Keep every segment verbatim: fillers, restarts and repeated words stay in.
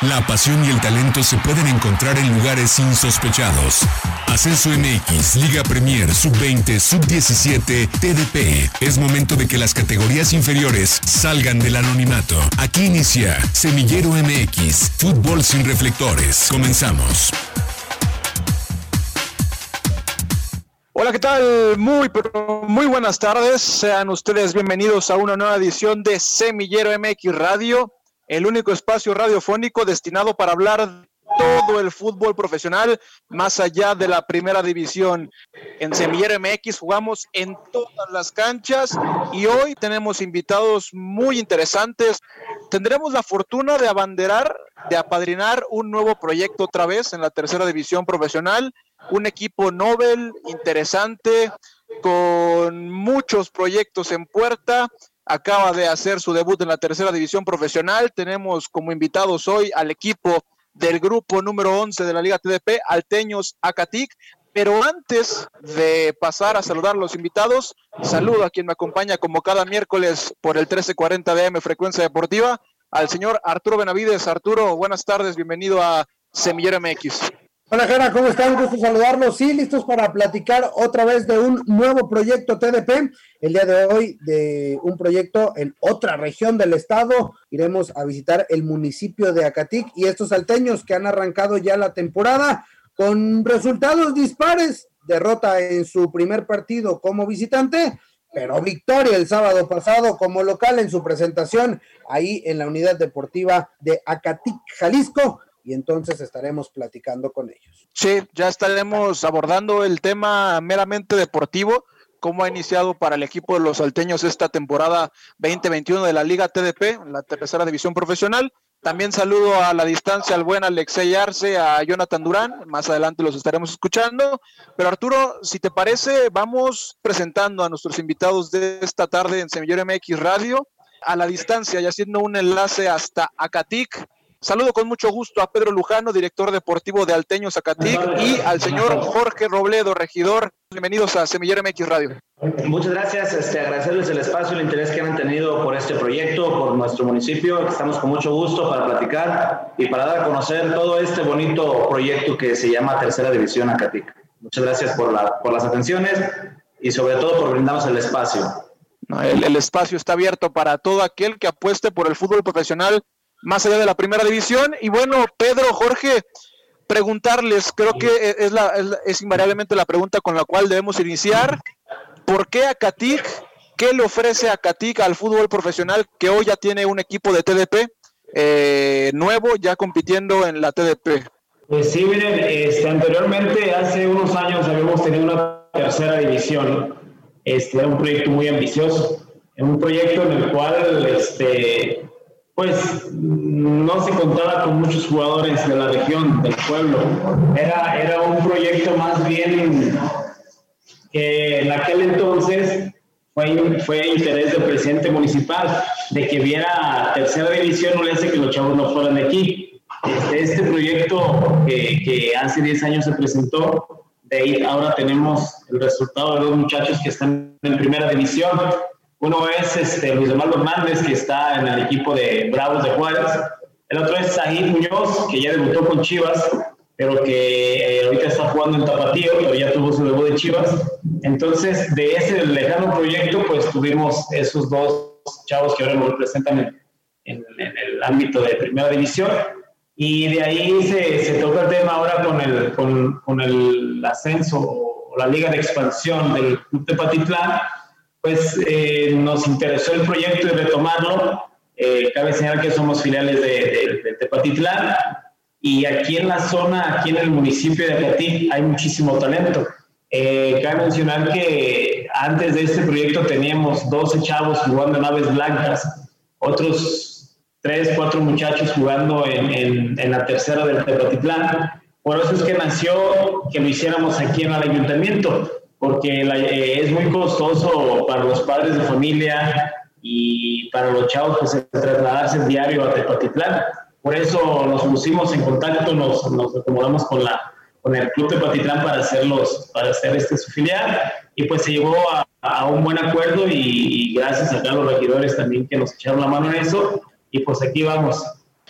La pasión y el talento se pueden encontrar en lugares insospechados. Ascenso M X, Liga Premier, sub veinte, sub diecisiete, T D P. Es momento de que las categorías inferiores salgan del anonimato. Aquí inicia Semillero M X, fútbol sin reflectores. Comenzamos. Hola, ¿qué tal? Muy, pero muy buenas tardes. Sean ustedes bienvenidos a una nueva edición de Semillero M X Radio, el único espacio radiofónico destinado para hablar de todo el fútbol profesional, más allá de la primera división. En Semillero M X jugamos en todas las canchas y hoy tenemos invitados muy interesantes. Tendremos la fortuna de abanderar, de apadrinar un nuevo proyecto otra vez en la tercera división profesional. Un equipo Nobel, interesante, con muchos proyectos en puerta. Acaba de hacer su debut en la tercera división profesional. Tenemos como invitados hoy al equipo del grupo número once de la Liga T D P, Alteños Acatic. Pero antes de pasar a saludar a los invitados, saludo a quien me acompaña como cada miércoles por el trece cuarenta de A M Frecuencia Deportiva, al señor Arturo Benavides. Arturo, buenas tardes, bienvenido a Semillero M X. Hola, Jera, ¿cómo están? Gusto saludarlos. Sí, listos para platicar otra vez de un nuevo proyecto T D P. El día de hoy de un proyecto en otra región del estado. Iremos a visitar el municipio de Acatic y estos alteños que han arrancado ya la temporada con resultados dispares. Derrota en su primer partido como visitante, pero victoria el sábado pasado como local en su presentación ahí en la unidad deportiva de Acatic, Jalisco. Y entonces estaremos platicando con ellos. Sí, ya estaremos abordando el tema meramente deportivo, cómo ha iniciado para el equipo de los salteños esta temporada veinte veintiuno de la Liga T D P, la tercera división profesional. También saludo a la distancia al buen Alexei Arce, a Jonathan Durán, más adelante los estaremos escuchando. Pero Arturo, si te parece, vamos presentando a nuestros invitados de esta tarde en Semillero M X Radio, a la distancia y haciendo un enlace hasta Acatic. Saludo con mucho gusto a Pedro Lujano, director deportivo de Alteños Acatic, y al señor Jorge Robledo, regidor. Bienvenidos a Semillero M X Radio. Muchas gracias, este, agradecerles el espacio y el interés que han tenido por este proyecto, por nuestro municipio. Estamos con mucho gusto para platicar y para dar a conocer todo este bonito proyecto que se llama Tercera División Acatic. Muchas gracias por, la, por las atenciones y sobre todo por brindarnos el espacio. El, el espacio está abierto para todo aquel que apueste por el fútbol profesional más allá de la primera división. Y bueno, Pedro, Jorge, preguntarles, creo que es, la, es, es invariablemente la pregunta con la cual debemos iniciar. ¿Por qué Acatic? ¿Qué le ofrece Acatic al fútbol profesional que hoy ya tiene un equipo de T D P eh, nuevo, ya compitiendo en la T D P? Pues sí, miren, este, anteriormente, hace unos años, habíamos tenido una tercera división. Este, era un proyecto muy ambicioso, un proyecto en el cual este, pues no se contaba con muchos jugadores de la región, del pueblo. Era, era un proyecto más bien que en aquel entonces fue, fue interés del presidente municipal de que viera tercera división, no le hace que los chavos no fueran de aquí. Este, este proyecto que, que hace diez años se presentó, de ahí ahora tenemos el resultado de dos muchachos que están en primera división. Uno es este, Luis Omar Hernández, que está en el equipo de Bravos de Juárez. El otro es Zahid Muñoz, que ya debutó con Chivas, pero que eh, ahorita está jugando en Tapatío, pero ya tuvo su debut de Chivas. Entonces, de ese lejano proyecto, pues tuvimos esos dos chavos que ahora nos representan en, en, en el ámbito de primera división. Y de ahí se, se toca el tema ahora con el, con, con el ascenso o la liga de expansión del Club Tepatitlán. Pues eh, nos interesó el proyecto y retomarlo. Eh, cabe señalar que somos filiales de, de, de Tepatitlán y aquí en la zona, aquí en el municipio de Acatic hay muchísimo talento. Eh, cabe mencionar que antes de este proyecto teníamos doce chavos jugando en Aves Blancas, otros tres, cuatro muchachos jugando en, en, en la tercera del Tepatitlán. Por eso es que nació que lo hiciéramos aquí en el ayuntamiento, porque la, eh, es muy costoso para los padres de familia y para los chavos pues trasladarse diario a Tepatitlán. Por eso nos pusimos en contacto, nos, nos acomodamos con, la, con el Club Tepatitlán para, hacerlos, para hacer este su filial, y pues se llegó a, a un buen acuerdo y, y gracias a los regidores también que nos echaron la mano en eso, y pues aquí vamos.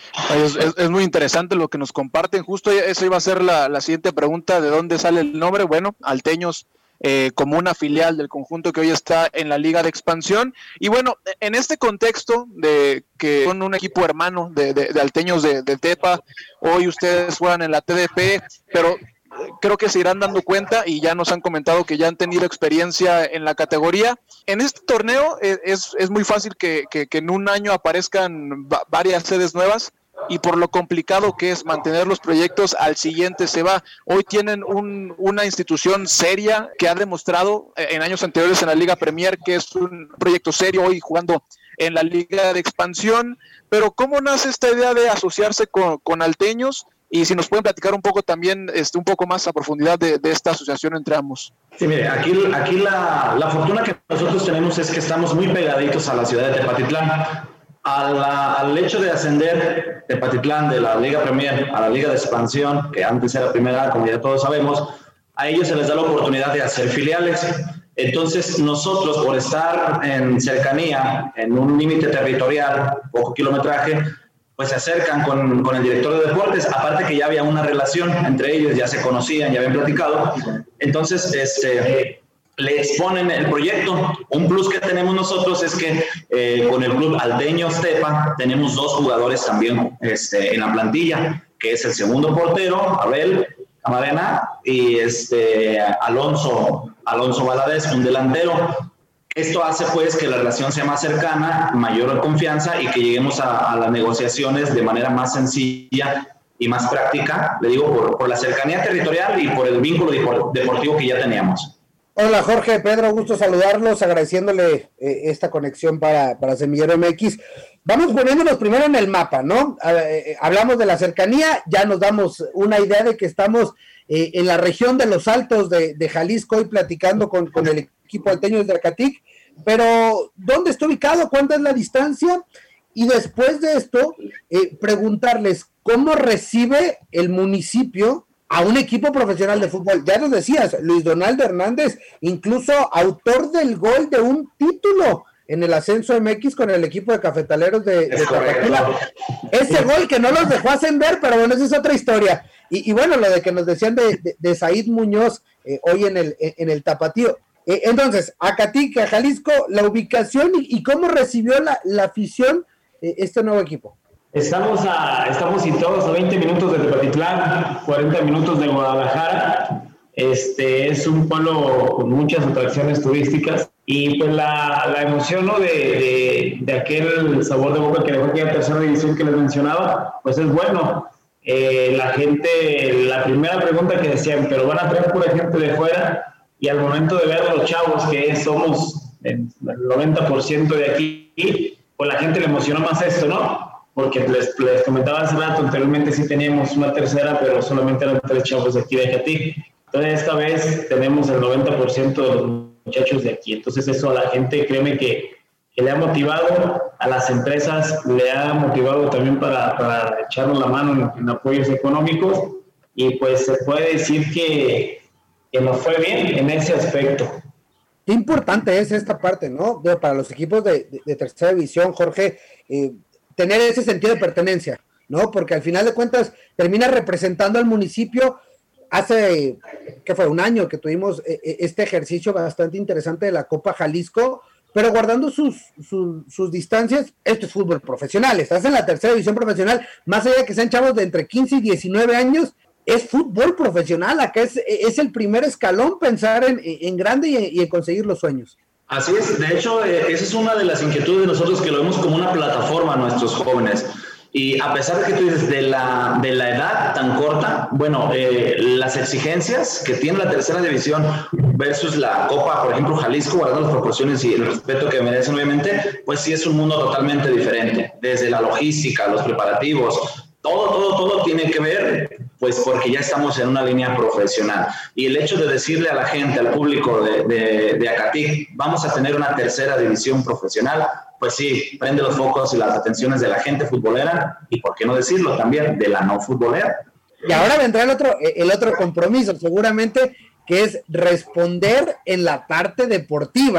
Es, es, es muy interesante lo que nos comparten. Justo esa iba a ser la, la siguiente pregunta, ¿de dónde sale el nombre? Bueno, Alteños, eh, como una filial del conjunto que hoy está en la Liga de Expansión. Y bueno, en este contexto de que son un equipo hermano de, de, de Alteños de, de Tepa, hoy ustedes juegan en la T D P, pero creo que se irán dando cuenta y ya nos han comentado que ya han tenido experiencia en la categoría. En este torneo eh, es, es muy fácil que, que, que en un año aparezcan va- varias sedes nuevas, y por lo complicado que es mantener los proyectos, al siguiente se va. Hoy tienen un, una institución seria que ha demostrado eh, en años anteriores en la Liga Premier que es un proyecto serio, hoy jugando en la Liga de Expansión. Pero ¿cómo nace esta idea de asociarse con, con Alteños? Y si nos pueden platicar un poco también, este, un poco más a profundidad de, de esta asociación entre ambos. Sí, mire, aquí, aquí la, la fortuna que nosotros tenemos es que estamos muy pegaditos a la ciudad de Tepatitlán. A la, al hecho de ascender Tepatitlán de la Liga Premier a la Liga de Expansión, que antes era primera, como ya todos sabemos, a ellos se les da la oportunidad de hacer filiales. Entonces nosotros, por estar en cercanía, en un límite territorial, poco kilometraje, pues se acercan con, con el director de deportes, aparte que ya había una relación entre ellos, ya se conocían, ya habían platicado, entonces este, le exponen el proyecto. Un plus que tenemos nosotros es que eh, con el club Alteños Tepa tenemos dos jugadores también este, en la plantilla, que es el segundo portero, Abel Camarena, y este, Alonso, Alonso Valadez, un delantero. Esto hace pues que la relación sea más cercana, mayor confianza y que lleguemos a, a las negociaciones de manera más sencilla y más práctica, le digo, por, por la cercanía territorial y por el vínculo deportivo que ya teníamos. Hola Jorge, Pedro, gusto saludarlos, agradeciéndole eh, esta conexión para, para Semillero M X. Vamos poniéndonos primero en el mapa, ¿no? Eh, hablamos de la cercanía, ya nos damos una idea de que estamos eh, en la región de los Altos de, de Jalisco, hoy platicando con, con el equipo Alteños de Acatic, pero ¿dónde está ubicado? ¿Cuánta es la distancia? Y después de esto, eh, preguntarles cómo recibe el municipio a un equipo profesional de fútbol. Ya nos decías, Luis Donaldo Hernández, incluso autor del gol de un título en el ascenso M X con el equipo de Cafetaleros de, de Tapachula. Ese gol que no los dejó ascender, pero bueno, esa es otra historia. Y, y bueno, lo de que nos decían de, de, de Said Muñoz eh, hoy en el, en el Tapatío. Eh, entonces, Acatic, a Jalisco, la ubicación y, y cómo recibió la, la afición eh, este nuevo equipo. Estamos, a, estamos situados a veinte minutos de Tepatitlán, cuarenta minutos de Guadalajara. Este es un pueblo con muchas atracciones turísticas y pues la, la emoción, ¿no? de, de, de aquel sabor de boca que dejó aquella tercera división que les mencionaba, pues es bueno. Eh, la gente, la primera pregunta que decían, pero van a traer pura gente de fuera, y al momento de ver a los chavos que somos el noventa por ciento de aquí, pues la gente le emocionó más esto, ¿no? Porque les, les comentaba hace rato, anteriormente sí teníamos una tercera, pero solamente eran tres chavos de aquí de Acatic. Entonces esta vez tenemos el noventa por ciento de los muchachos de aquí. Entonces eso a la gente, créeme que, que le ha motivado, a las empresas le ha motivado también para, para echarnos la mano en, en apoyos económicos, y pues se puede decir que, que nos fue bien en ese aspecto. Qué importante es esta parte, ¿no? De, para los equipos de, de, de tercera división, Jorge, eh, tener ese sentido de pertenencia, ¿no? Porque al final de cuentas termina representando al municipio. Hace, ¿qué fue? Un año que tuvimos eh, este ejercicio bastante interesante de la Copa Jalisco, pero guardando sus, sus, sus distancias. Esto es fútbol profesional, estás en la tercera división profesional, más allá de que sean chavos de entre quince y diecinueve años, es fútbol profesional. Acá es, es el primer escalón pensar en, en grande y en, y en conseguir los sueños. Así es, de hecho, eh, esa es una de las inquietudes de nosotros, que lo vemos como una plataforma a nuestros jóvenes. Y a pesar de que tú dices de la, de la edad tan corta, bueno, eh, las exigencias que tiene la tercera división versus la Copa, por ejemplo, Jalisco, guardando las proporciones y el respeto que merecen, obviamente, pues sí es un mundo totalmente diferente. Desde la logística, los preparativos, todo, todo, todo tiene que ver, pues porque ya estamos en una línea profesional. Y el hecho de decirle a la gente, al público de, de, de Acatic, vamos a tener una tercera división profesional, pues sí, prende los focos y las atenciones de la gente futbolera, y por qué no decirlo también, de la no futbolera. Y ahora vendrá el otro, el otro compromiso, seguramente, que es responder en la parte deportiva.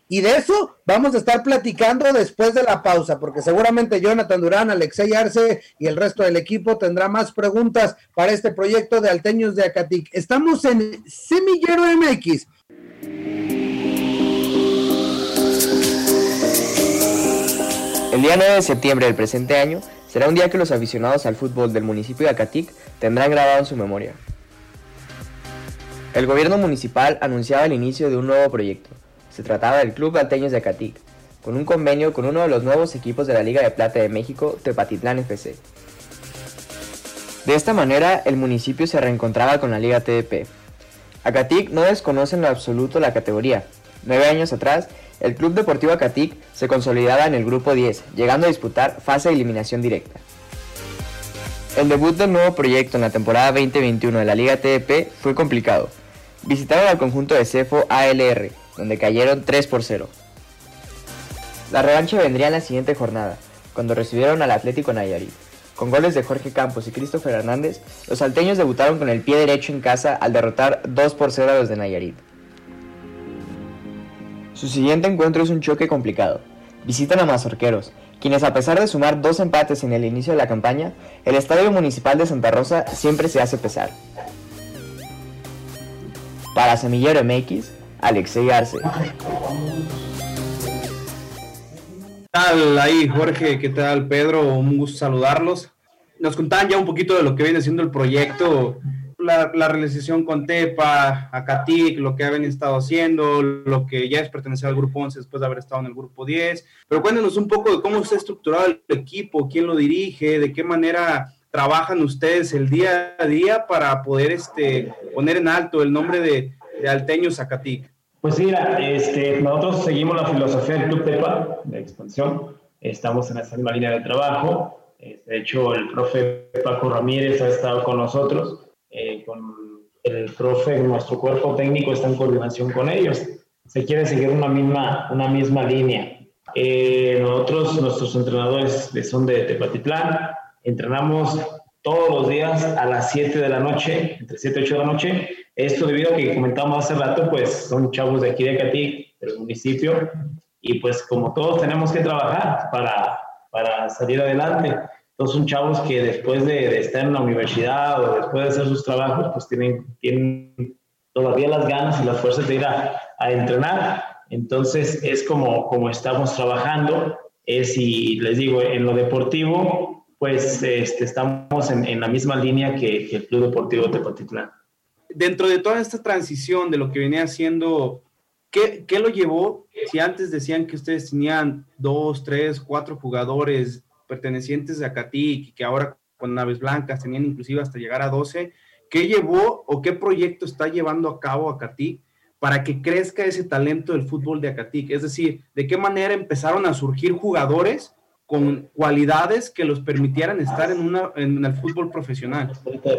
Y de eso vamos a estar platicando después de la pausa, porque seguramente Jonathan Durán, Alexei Arce y el resto del equipo tendrá más preguntas para este proyecto de Alteños de Acatic. Estamos en Semillero M X. El día nueve de septiembre del presente año será un día que los aficionados al fútbol del municipio de Acatic tendrán grabado en su memoria. El gobierno municipal anunciaba el inicio de un nuevo proyecto. Se trataba del Club Alteños de Acatic, con un convenio con uno de los nuevos equipos de la Liga de Plata de México, Tepatitlán F C. De esta manera, el municipio se reencontraba con la Liga T D P. Acatic no desconoce en lo absoluto la categoría. Nueve años atrás, el Club Deportivo Acatic se consolidaba en el Grupo diez, llegando a disputar fase de eliminación directa. El debut del nuevo proyecto en la temporada veinte veintiuno de la Liga T D P fue complicado. Visitaron al conjunto de Cefo A L R, donde cayeron tres por cero. La revancha vendría en la siguiente jornada, cuando recibieron al Atlético Nayarit. Con goles de Jorge Campos y Christopher Hernández, los alteños debutaron con el pie derecho en casa al derrotar dos por cero a los de Nayarit. Su siguiente encuentro es un choque complicado. Visitan a Mazorqueros, quienes a pesar de sumar dos empates en el inicio de la campaña, el Estadio Municipal de Santa Rosa siempre se hace pesar. Para Semillero M X, Alexei Arce. ¿Qué tal ahí, Jorge? ¿Qué tal, Pedro? Un gusto saludarlos. Nos contaban ya un poquito de lo que viene siendo el proyecto, la, la realización con Tepa, Acatic, lo que habían estado haciendo, lo que ya es pertenecer al Grupo once después de haber estado en el Grupo diez. Pero cuéntanos un poco de cómo está estructurado el equipo, quién lo dirige, de qué manera trabajan ustedes el día a día para poder este, poner en alto el nombre de, de Alteños Acatic. Pues mira, este, nosotros seguimos la filosofía del Club Tepa de expansión, estamos en esa misma línea de trabajo. De hecho, el profe Paco Ramírez ha estado con nosotros, eh, con el profe, nuestro cuerpo técnico está en coordinación con ellos. Se quiere seguir una misma, una misma línea. Eh, nosotros, nuestros entrenadores son de Tepatitlán, entrenamos todos los días a las siete de la noche, entre siete y ocho de la noche. Esto debido a que comentamos hace rato, pues son chavos de aquí de Acatic, del municipio, y pues como todos tenemos que trabajar para, para salir adelante. Entonces son chavos que después de, de estar en la universidad o después de hacer sus trabajos, pues tienen, tienen todavía las ganas y las fuerzas de ir a, a entrenar. Entonces es como, como estamos trabajando. Es, y les digo, en lo deportivo, pues este, estamos en, en la misma línea que, que el Club Deportivo Tepatitlán. Dentro de toda esta transición de lo que venía haciendo, ¿qué, qué lo llevó? Si antes decían que ustedes tenían dos, tres, cuatro jugadores pertenecientes a Acatic y que ahora con Naves Blancas tenían inclusive hasta llegar a doce, ¿qué llevó o qué proyecto está llevando a cabo Acatic para que crezca ese talento del fútbol de Acatic? Es decir, ¿de qué manera empezaron a surgir jugadores con cualidades que los permitieran estar en, una, en el fútbol profesional?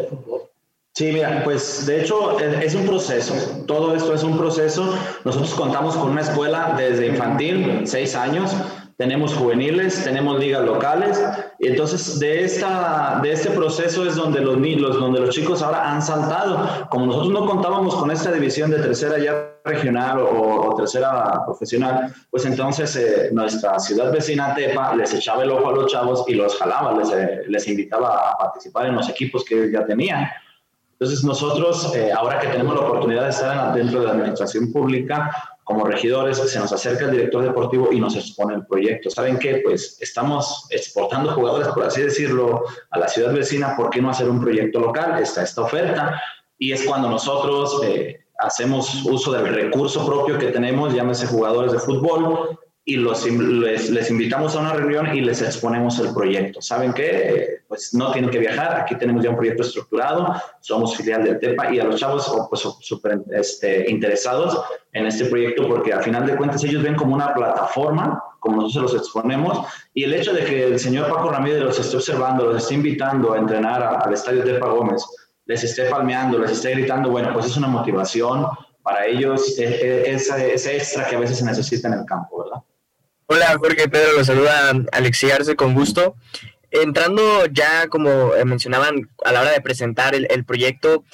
Sí, mira, pues de hecho es un proceso, todo esto es un proceso. Nosotros contamos con una escuela desde infantil, seis años, tenemos juveniles, tenemos ligas locales, y entonces de, esta, de este proceso es donde los, los, donde los chicos ahora han saltado. Como nosotros no contábamos con esta división de tercera ya regional o, o tercera profesional, pues entonces eh, nuestra ciudad vecina Tepa les echaba el ojo a los chavos y los jalaba, les, eh, les invitaba a participar en los equipos que ya tenían. Entonces nosotros, eh, ahora que tenemos la oportunidad de estar dentro de la administración pública, como regidores, se nos acerca el director deportivo y nos expone el proyecto. ¿Saben qué? Pues estamos exportando jugadores, por así decirlo, a la ciudad vecina. ¿Por qué no hacer un proyecto local? Está esta oferta. Y es cuando nosotros eh, hacemos uso del recurso propio que tenemos, llámese jugadores de fútbol, y los, les, les invitamos a una reunión y les exponemos el proyecto. ¿Saben qué? Pues no tienen que viajar, aquí tenemos ya un proyecto estructurado, somos filial del Tepa, y a los chavos pues, súper este, interesados en este proyecto, porque al final de cuentas ellos ven como una plataforma, como nosotros los exponemos, y el hecho de que el señor Paco Ramírez los esté observando, los esté invitando a entrenar a, al estadio Tepa Gómez, les esté palmeando, les esté gritando, bueno, pues es una motivación para ellos, ese, ese extra que a veces se necesita en el campo, ¿verdad? Hola Jorge, Pedro, los saluda Alexei Arce, con gusto. Entrando ya, como mencionaban, a la hora de presentar el, el proyecto,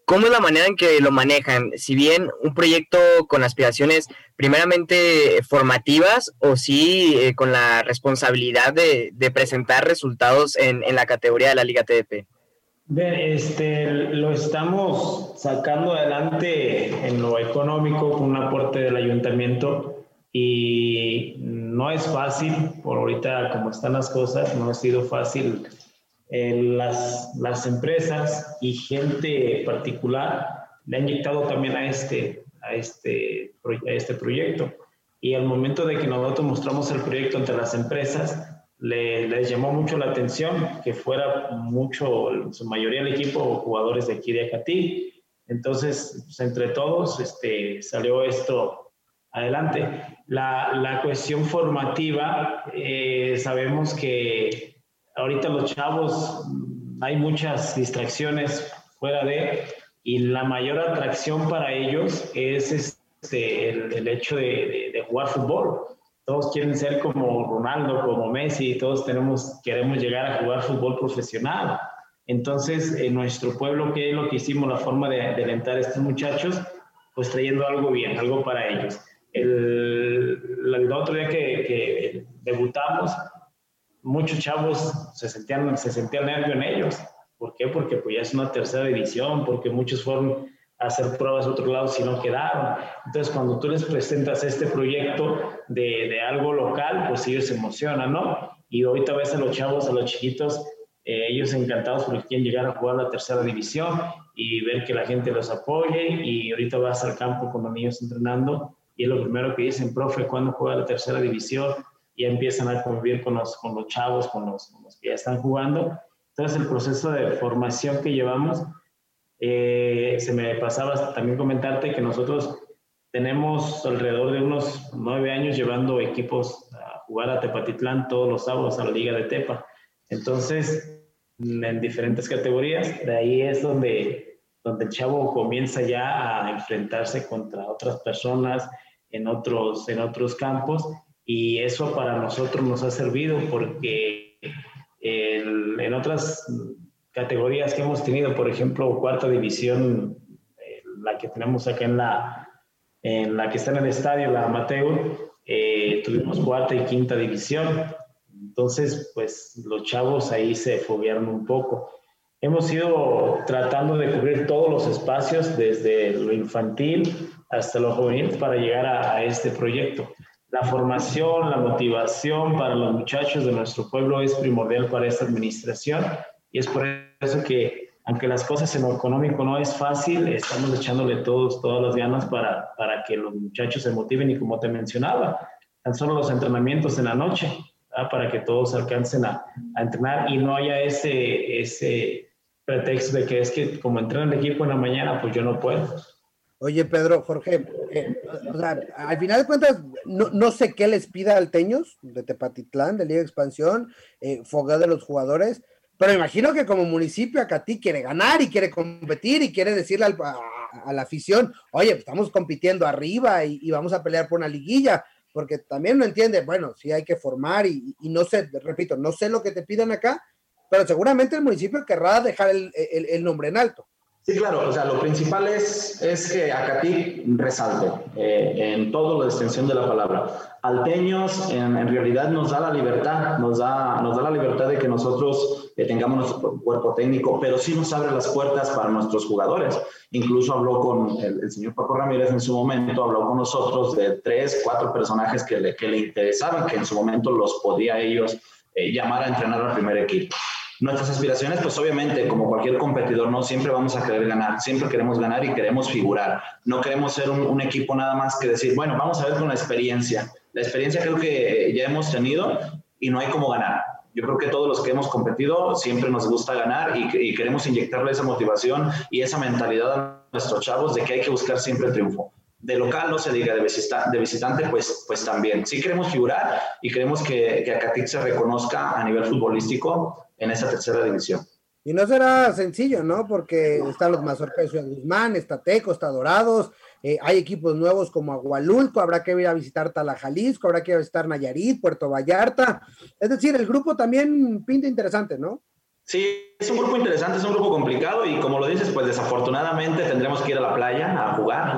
¿cómo es la manera en que lo manejan? Si bien un proyecto con aspiraciones primeramente formativas, o sí eh, con la responsabilidad de, de presentar resultados en, en la categoría de la Liga T D P. De, este, lo estamos sacando adelante en lo económico con un aporte del ayuntamiento y no es fácil, por ahorita como están las cosas, no ha sido fácil. Eh, las, las empresas y gente particular le han inyectado también a este, a, este, a este proyecto, y al momento de que nosotros mostramos el proyecto ante las empresas, le, les llamó mucho la atención que fuera mucho, en su mayoría el equipo, jugadores de aquí de Acatí. Entonces, pues, entre todos este, salió esto adelante. La, la cuestión formativa, eh, sabemos que ahorita los chavos, hay muchas distracciones fuera de, y la mayor atracción para ellos es este, el, el hecho de, de, de jugar fútbol. Todos quieren ser como Ronaldo, como Messi, todos tenemos, queremos llegar a jugar fútbol profesional. Entonces, en nuestro pueblo, ¿qué es lo que hicimos? La forma de, de alentar a estos muchachos, pues trayendo algo bien, algo para ellos. El, el otro día que, que debutamos, muchos chavos se sentían, se sentían nervio en ellos. ¿Por qué? Porque pues ya es una tercera división, porque muchos fueron a hacer pruebas a otro lado si no quedaron. Entonces, cuando tú les presentas este proyecto de, de algo local, pues ellos se emocionan, ¿no? Y ahorita ves a los chavos, a los chiquitos, eh, ellos encantados porque quieren llegar a jugar a la tercera división y ver que la gente los apoye, y ahorita vas al campo con los niños entrenando y es lo primero que dicen: profe, ¿cuándo juega la tercera división? Y ya empiezan a convivir con los, con los chavos, con los, con los que ya están jugando. Entonces, el proceso de formación que llevamos, eh, se me pasaba también comentarte que nosotros tenemos alrededor de unos nueve años llevando equipos a jugar a Tepatitlán todos los sábados a la Liga de Tepa. Entonces, en diferentes categorías, de ahí es donde, donde el chavo comienza ya a enfrentarse contra otras personas en otros, en otros campos, y eso para nosotros nos ha servido porque el, en otras categorías que hemos tenido, por ejemplo, cuarta división, eh, la que tenemos acá en la, en la que está en el estadio, la amateur, eh, tuvimos cuarta y quinta división. Entonces, pues los chavos ahí se foguearon un poco. Hemos ido tratando de cubrir todos los espacios, desde lo infantil hasta lo juvenil, para llegar a, a este proyecto. La formación, la motivación para los muchachos de nuestro pueblo es primordial para esta administración, y es por eso que, aunque las cosas en lo económico no es fácil, estamos echándole todos, todas las ganas para, para que los muchachos se motiven, y como te mencionaba, tan solo los entrenamientos en la noche, ¿verdad? Para que todos alcancen a, a entrenar y no haya ese, ese pretexto de que es que como entrena el equipo en la mañana, pues yo no puedo. Oye, Pedro, Jorge, eh, o sea, al final de cuentas, no, no sé qué les pida Alteños de Tepatitlán, de Liga de Expansión, eh, fogueo de los jugadores, pero imagino que como municipio Acatí quiere ganar y quiere competir y quiere decirle al, a, a la afición: oye, pues estamos compitiendo arriba y, y vamos a pelear por una liguilla, porque también no entiende, bueno, sí hay que formar y, y no sé, repito, no sé lo que te pidan acá, pero seguramente el municipio querrá dejar el, el, el nombre en alto. Sí, claro, o sea, lo principal es, es que Acatí resalte eh, en toda la extensión de la palabra. Alteños en, en realidad nos da la libertad, nos da, nos da la libertad de que nosotros eh, tengamos nuestro cuerpo técnico, pero sí nos abre las puertas para nuestros jugadores. Incluso habló con el, el señor Paco Ramírez en su momento, habló con nosotros de tres, cuatro personajes que le, que le interesaban, que en su momento los podía ellos eh, llamar a entrenar al primer equipo. Nuestras aspiraciones, pues obviamente, como cualquier competidor, no siempre vamos a querer ganar, siempre queremos ganar y queremos figurar. No queremos ser un, un equipo nada más que decir, bueno, vamos a ver con la experiencia. La experiencia creo que ya hemos tenido y no hay cómo ganar. Yo creo que todos los que hemos competido siempre nos gusta ganar y, y queremos inyectarle esa motivación y esa mentalidad a nuestros chavos de que hay que buscar siempre el triunfo. De local no se diga, de, visita, de visitante pues, pues también. Sí queremos figurar y queremos que, que Acatí se reconozca a nivel futbolístico en esa tercera división. Y no será sencillo, ¿no? Porque están los Mazorca de Ciudad Guzmán, está Teco, está Dorados, eh, hay equipos nuevos como Agualulco, habrá que ir a visitar Tala Jalisco, habrá que ir a visitar Nayarit, Puerto Vallarta. Es decir, el grupo también pinta interesante, ¿no? Sí, es un grupo interesante, es un grupo complicado y como lo dices, pues desafortunadamente tendremos que ir a la playa a jugar.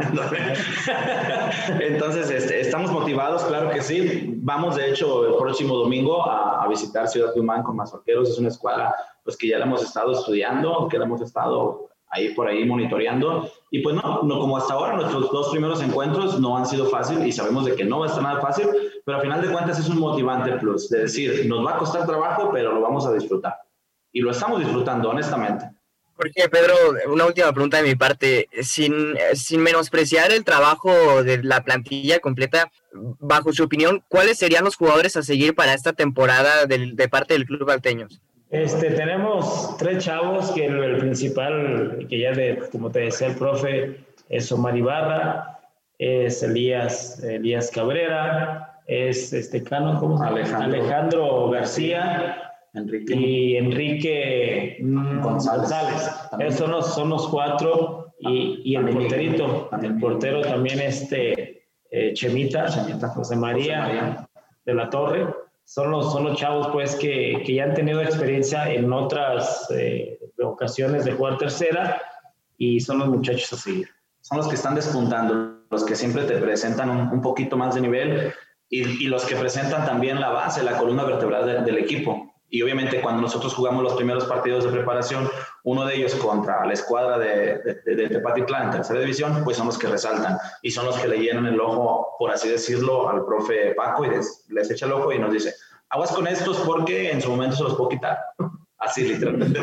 Entonces, este, estamos motivados, claro que sí. Vamos, de hecho, el próximo domingo a, a visitar Ciudad Tucumán con Mazorqueros. Es una escuadra pues, que ya la hemos estado estudiando, que la hemos estado ahí por ahí monitoreando. Y pues no, no, como hasta ahora, nuestros dos primeros encuentros no han sido fáciles y sabemos de que no va a estar nada fácil, pero al final de cuentas es un motivante plus, de decir, nos va a costar trabajo, pero lo vamos a disfrutar. Y lo estamos disfrutando, honestamente. Porque, Pedro, una última pregunta de mi parte. Sin, sin menospreciar el trabajo de la plantilla completa, bajo su opinión, ¿cuáles serían los jugadores a seguir para esta temporada del, de parte del Club Alteños? Este, tenemos tres chavos, que el, el principal, que ya de, como te decía el profe, es Omar Ibarra, es Elías, Elías Cabrera, es este Cano, ¿cómo se llama? Alejandro, Alejandro García. Enrique. Y Enrique González. González. Esos son los, son los cuatro. Y, y el porterito, el portero también este eh, Chemita, Chemita, José María, José María de la Torre. Son los, son los chavos pues que, que ya han tenido experiencia en otras eh, ocasiones de jugar tercera y son los muchachos a seguir. Son los que están despuntando, los que siempre te presentan un, un poquito más de nivel y, y los que presentan también la base, la columna vertebral de, del equipo. Y obviamente cuando nosotros jugamos los primeros partidos de preparación, uno de ellos contra la escuadra de, de, de Tepatitlán en tercera división, pues son los que resaltan y son los que le llenan el ojo, por así decirlo, al profe Paco y les, les echa el ojo y nos dice, aguas con estos porque en su momento se los puedo quitar. Así literalmente.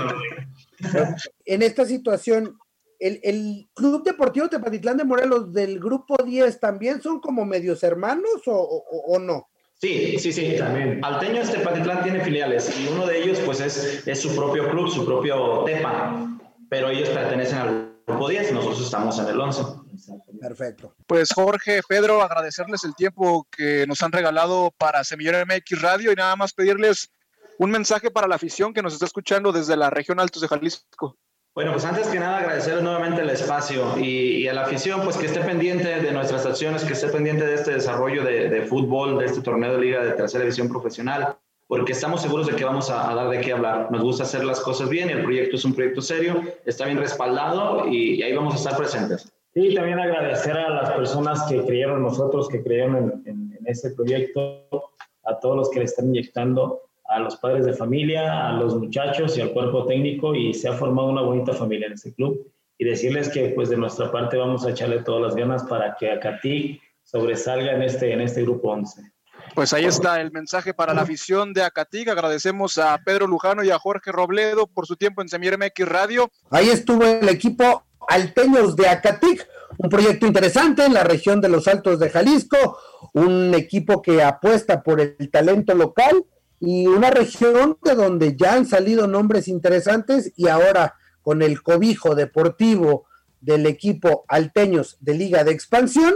En esta situación, el, el Club Deportivo Tepatitlán de Morelos del Grupo diez también son como medios hermanos o, o, o no. Sí, sí, sí. También. Alteños Tepatitlán tiene filiales y uno de ellos pues es, es su propio club, su propio Tepa, pero ellos pertenecen al grupo diez, nosotros estamos en el once. Perfecto. Pues Jorge, Pedro, agradecerles el tiempo que nos han regalado para Semillero M X Radio y nada más pedirles un mensaje para la afición que nos está escuchando desde la región Altos de Jalisco. Bueno, pues antes que nada agradecer nuevamente el espacio y, y a la afición, pues que esté pendiente de nuestras acciones, que esté pendiente de este desarrollo de, de fútbol, de este torneo de liga de tercera división profesional, porque estamos seguros de que vamos a, a dar de qué hablar. Nos gusta hacer las cosas bien y el proyecto es un proyecto serio, está bien respaldado y, y ahí vamos a estar presentes. Y también agradecer a las personas que creyeron en nosotros, que creyeron en, en, en este proyecto, a todos los que le están inyectando, a los padres de familia, a los muchachos y al cuerpo técnico, y se ha formado una bonita familia en este club. Y decirles que pues de nuestra parte vamos a echarle todas las ganas para que Acatic sobresalga en este, en este grupo once. Pues ahí está el mensaje para la afición de Acatic. Agradecemos a Pedro Lujano y a Jorge Robledo por su tiempo en Semillero M X Radio. Ahí estuvo el equipo Alteños de Acatic, un proyecto interesante en la región de los Altos de Jalisco, un equipo que apuesta por el talento local y una región de donde ya han salido nombres interesantes y ahora con el cobijo deportivo del equipo Alteños de Liga de Expansión,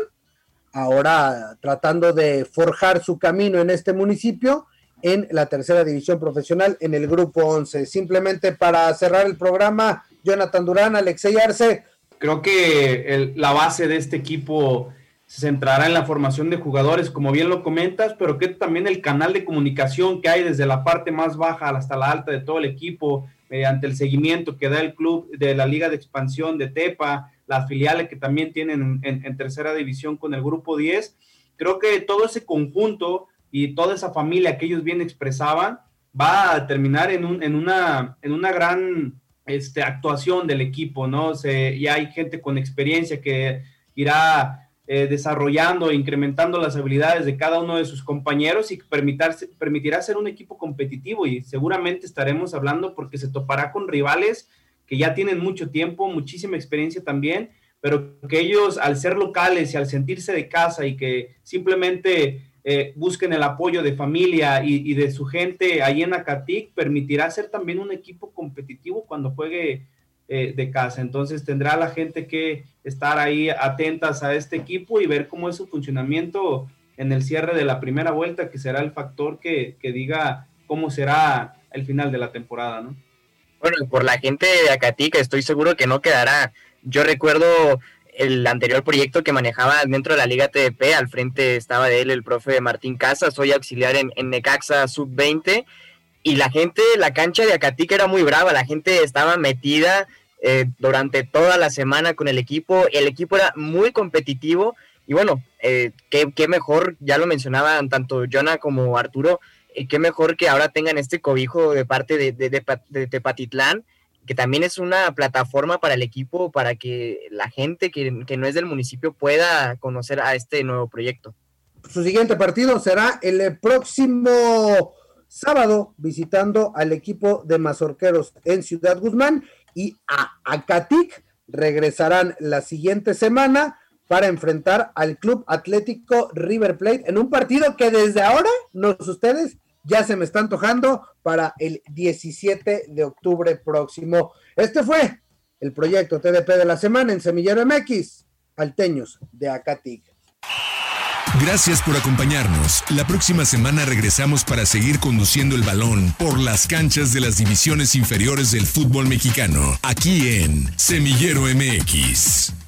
ahora tratando de forjar su camino en este municipio en la tercera división profesional en el grupo once. Simplemente para cerrar el programa, Jonathan Durán, Alexey Arce. Creo que el, la base de este equipo se centrará en la formación de jugadores, como bien lo comentas, pero que también el canal de comunicación que hay desde la parte más baja hasta la alta de todo el equipo, mediante el seguimiento que da el club de la Liga de Expansión de Tepa, las filiales que también tienen en, en tercera división con el grupo diez, creo que todo ese conjunto y toda esa familia que ellos bien expresaban va a terminar en, un, en, una, en una gran este, actuación del equipo, ¿no? Se, ya hay gente con experiencia que irá Eh, desarrollando e incrementando las habilidades de cada uno de sus compañeros y permitirá ser un equipo competitivo, y seguramente estaremos hablando porque se topará con rivales que ya tienen mucho tiempo, muchísima experiencia también, pero que ellos al ser locales y al sentirse de casa y que simplemente eh, busquen el apoyo de familia y, y de su gente ahí en Acatic, permitirá ser también un equipo competitivo cuando juegue Eh, de casa. Entonces tendrá la gente que estar ahí atentas a este equipo y ver cómo es su funcionamiento en el cierre de la primera vuelta, que será el factor que, que diga cómo será el final de la temporada, ¿no? Bueno, por la gente de Acatic estoy seguro que no quedará. Yo recuerdo el anterior proyecto que manejaba dentro de la Liga T D P, al frente estaba de él el profe Martín Casas, soy auxiliar en, en Necaxa sub veinte, y la gente, la cancha de Acatic era muy brava, la gente estaba metida eh, durante toda la semana con el equipo, el equipo era muy competitivo, y bueno, eh, qué, qué mejor, ya lo mencionaban tanto Jonah como Arturo, eh, qué mejor que ahora tengan este cobijo de parte de, de, de, de Tepatitlán, que también es una plataforma para el equipo, para que la gente que, que no es del municipio pueda conocer a este nuevo proyecto. Su siguiente partido será el próximo sábado, visitando al equipo de Mazorqueros en Ciudad Guzmán, y a Acatic regresarán la siguiente semana para enfrentar al Club Atlético River Plate en un partido que desde ahora, no sé ustedes, ya se me está antojando para el diecisiete de octubre próximo. Este fue el proyecto T D P de la semana en Semillero M X, Alteños de Acatic. Gracias por acompañarnos. La próxima semana regresamos para seguir conduciendo el balón por las canchas de las divisiones inferiores del fútbol mexicano, aquí en Semillero M X.